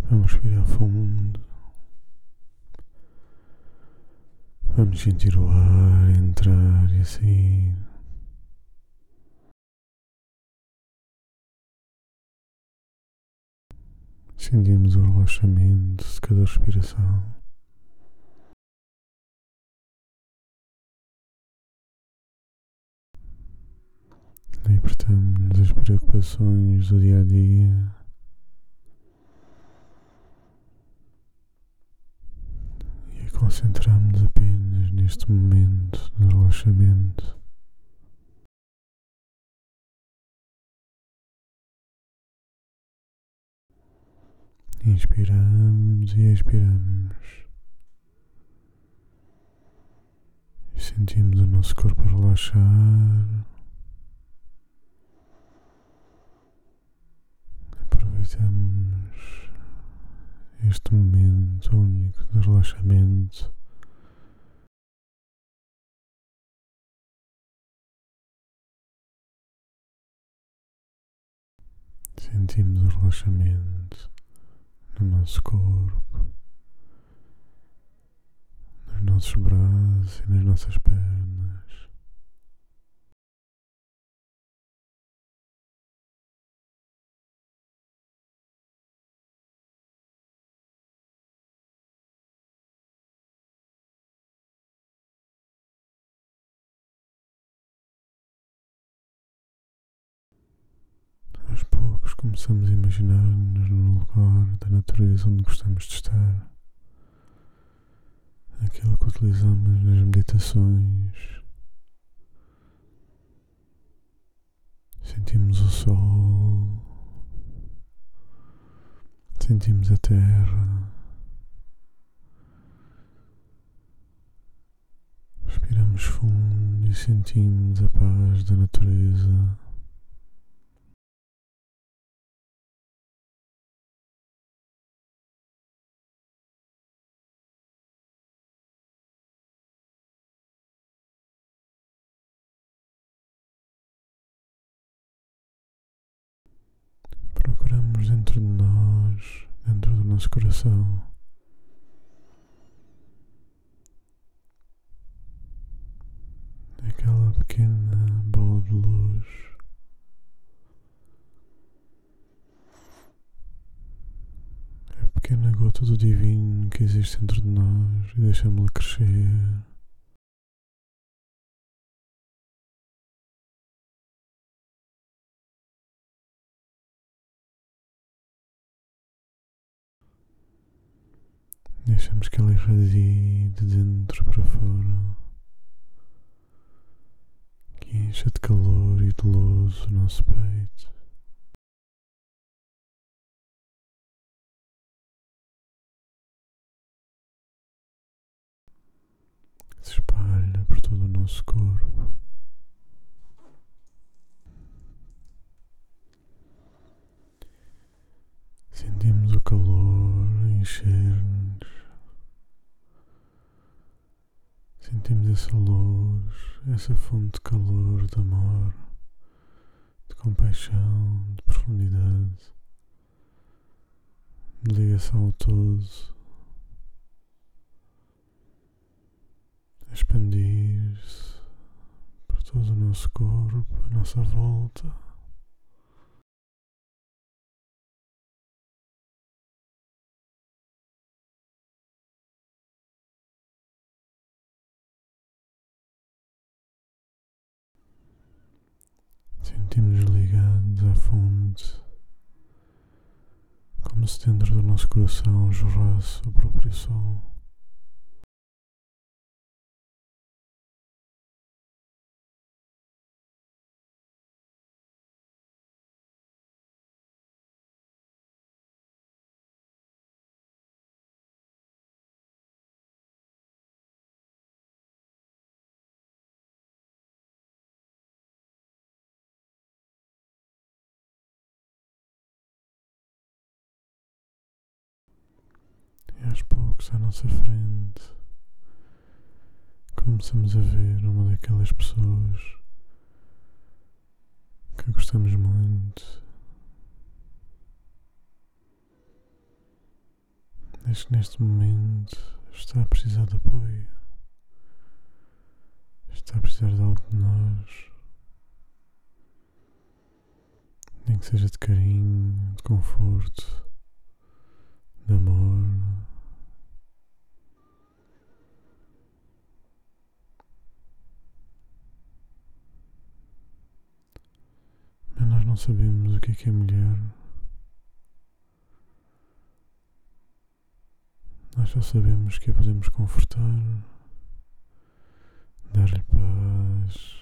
Vamos respirar fundo. Vamos sentir o ar entrar e sair. Sentimos o relaxamento de cada respiração. Libertamos as preocupações do dia a dia. E concentramos apenas neste momento de relaxamento. Inspiramos e expiramos. E sentimos o nosso corpo a relaxar. Aproveitamos este momento único de relaxamento. Sentimos o relaxamento no nosso corpo, nos nossos braços e nas nossas pernas. Aos poucos começamos a imaginar-nos no lugar da natureza onde gostamos de estar. Aquilo que utilizamos nas meditações. Sentimos o sol. Sentimos a terra. Respiramos fundo e sentimos a paz da natureza. Procuramos dentro de nós, dentro do nosso coração, aquela pequena bola de luz, a pequena gota do divino que existe dentro de nós e deixamos-la crescer. Deixamos que ela irradie de dentro para fora, que encha de calor e de luz o nosso peito. Se espalha por todo o nosso corpo. Sentimos o calor encher-nos. Sentimos essa luz, essa fonte de calor, de amor, de compaixão, de profundidade, de ligação ao todo, a expandir-se por todo o nosso corpo, à nossa volta. Sentimos-nos ligados à fonte, como se dentro do nosso coração jorrasse o próprio sol. E aos poucos à nossa frente começamos a ver uma daquelas pessoas que gostamos muito, Acho que neste momento está a precisar de apoio, está a precisar de algo de nós, nem que seja de carinho, de conforto, de amor. Mas nós não sabemos o que é mulher. Nós só sabemos que a podemos confortar, dar-lhe paz.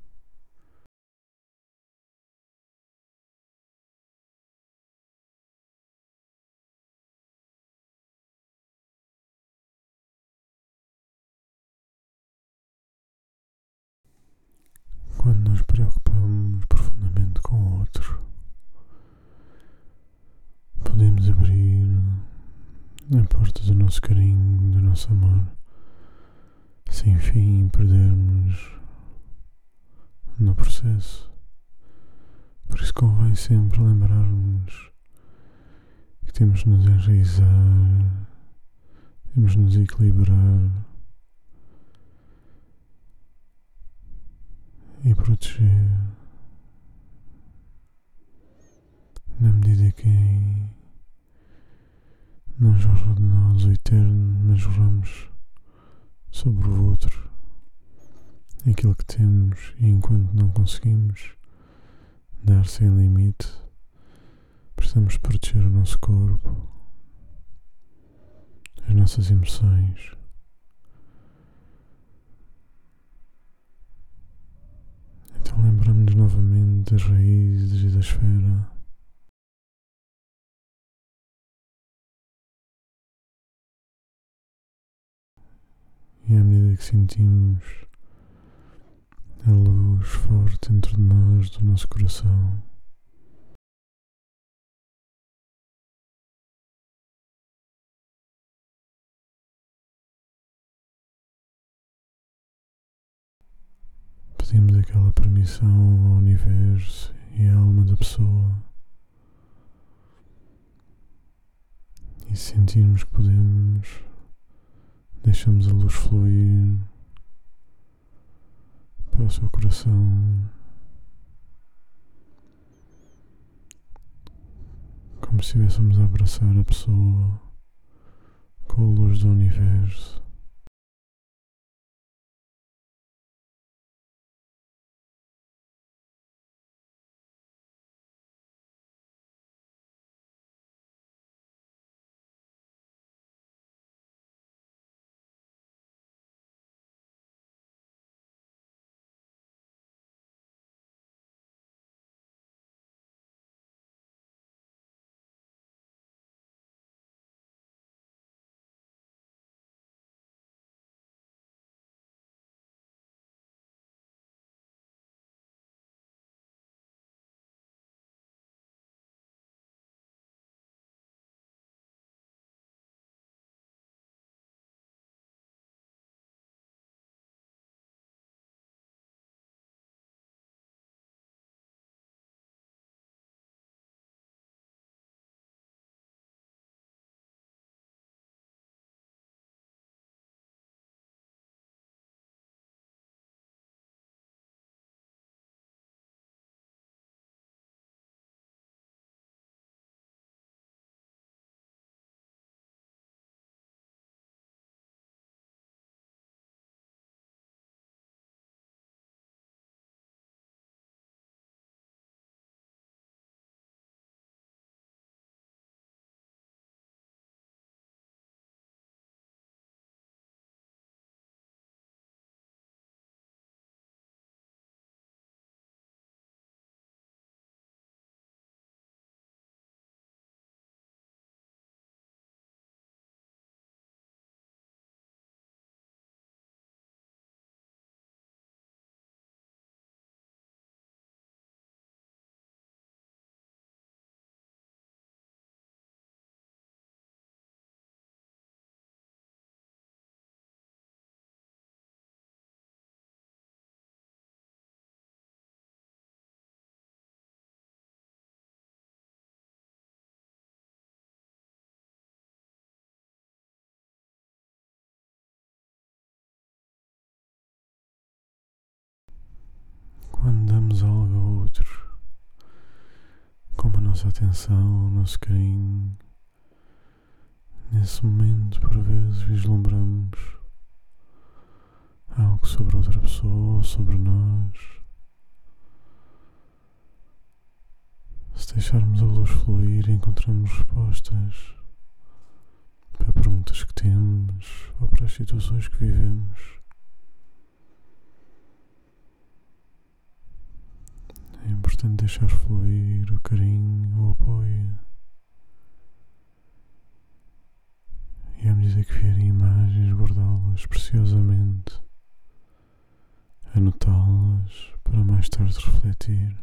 Quando nos preocupamos profundamente com o outro, podemos abrir a porta do nosso carinho, do nosso amor, sem fim perdermos no processo. Por isso convém sempre lembrarmos que temos de nos enraizar, temos de nos equilibrar e proteger na medida que não jorra de nós o eterno, mas jorramos sobre o outro aquilo que temos, e enquanto não conseguimos dar sem limite, precisamos proteger o nosso corpo, as nossas emoções. Então lembramos-nos novamente das raízes e da esfera. E à medida que sentimos a luz forte dentro de nós, do nosso coração, pedimos aquela permissão ao universo e à alma da pessoa, e sentirmos que podemos, deixamos a luz fluir para o seu coração, como se estivéssemos a abraçar a pessoa com a luz do universo. quando damos algo ao outro, como a nossa atenção, o nosso carinho, nesse momento, por vezes, vislumbramos algo sobre outra pessoa ou sobre nós. Se deixarmos a luz fluir, encontramos respostas para perguntas que temos ou para as situações que vivemos. É importante deixar fluir o carinho, o apoio. E à medida que vierem imagens, guardá-las preciosamente, anotá-las para mais tarde refletir.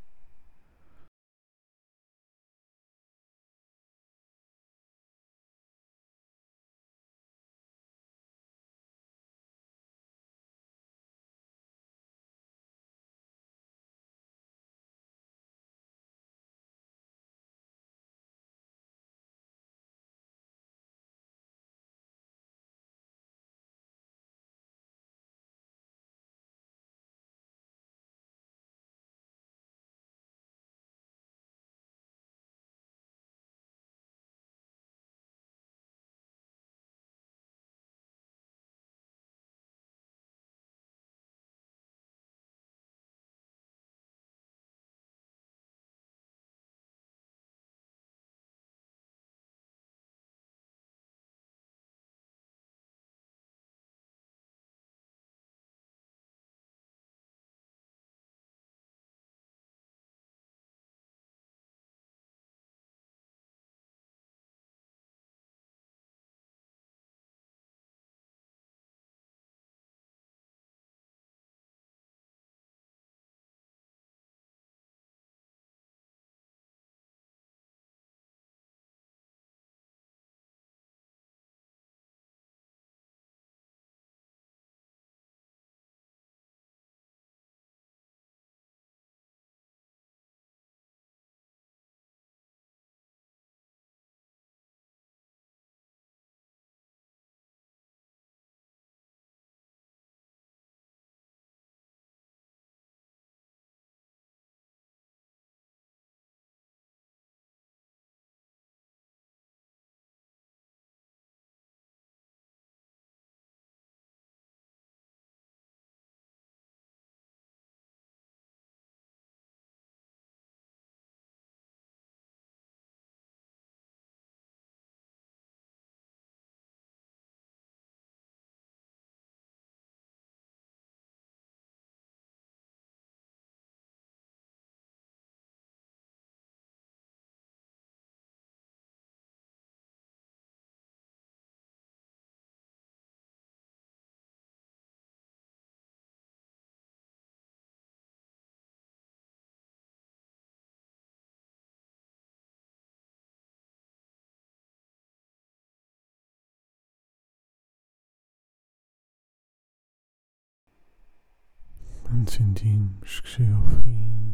Quando sentimos que chega ao fim,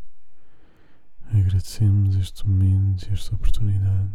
agradecemos este momento e esta oportunidade.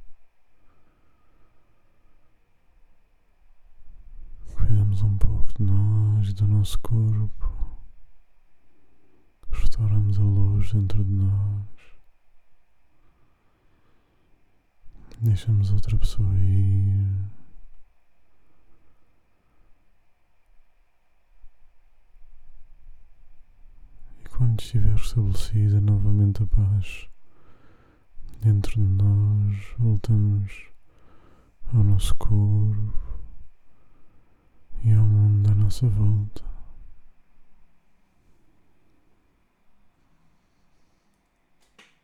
Cuidamos um pouco de nós e do nosso corpo. Restauramos a luz dentro de nós. Deixamos outra pessoa ir. Quando estiver restabelecida novamente a paz dentro de nós, voltamos ao nosso corpo e ao mundo à nossa volta.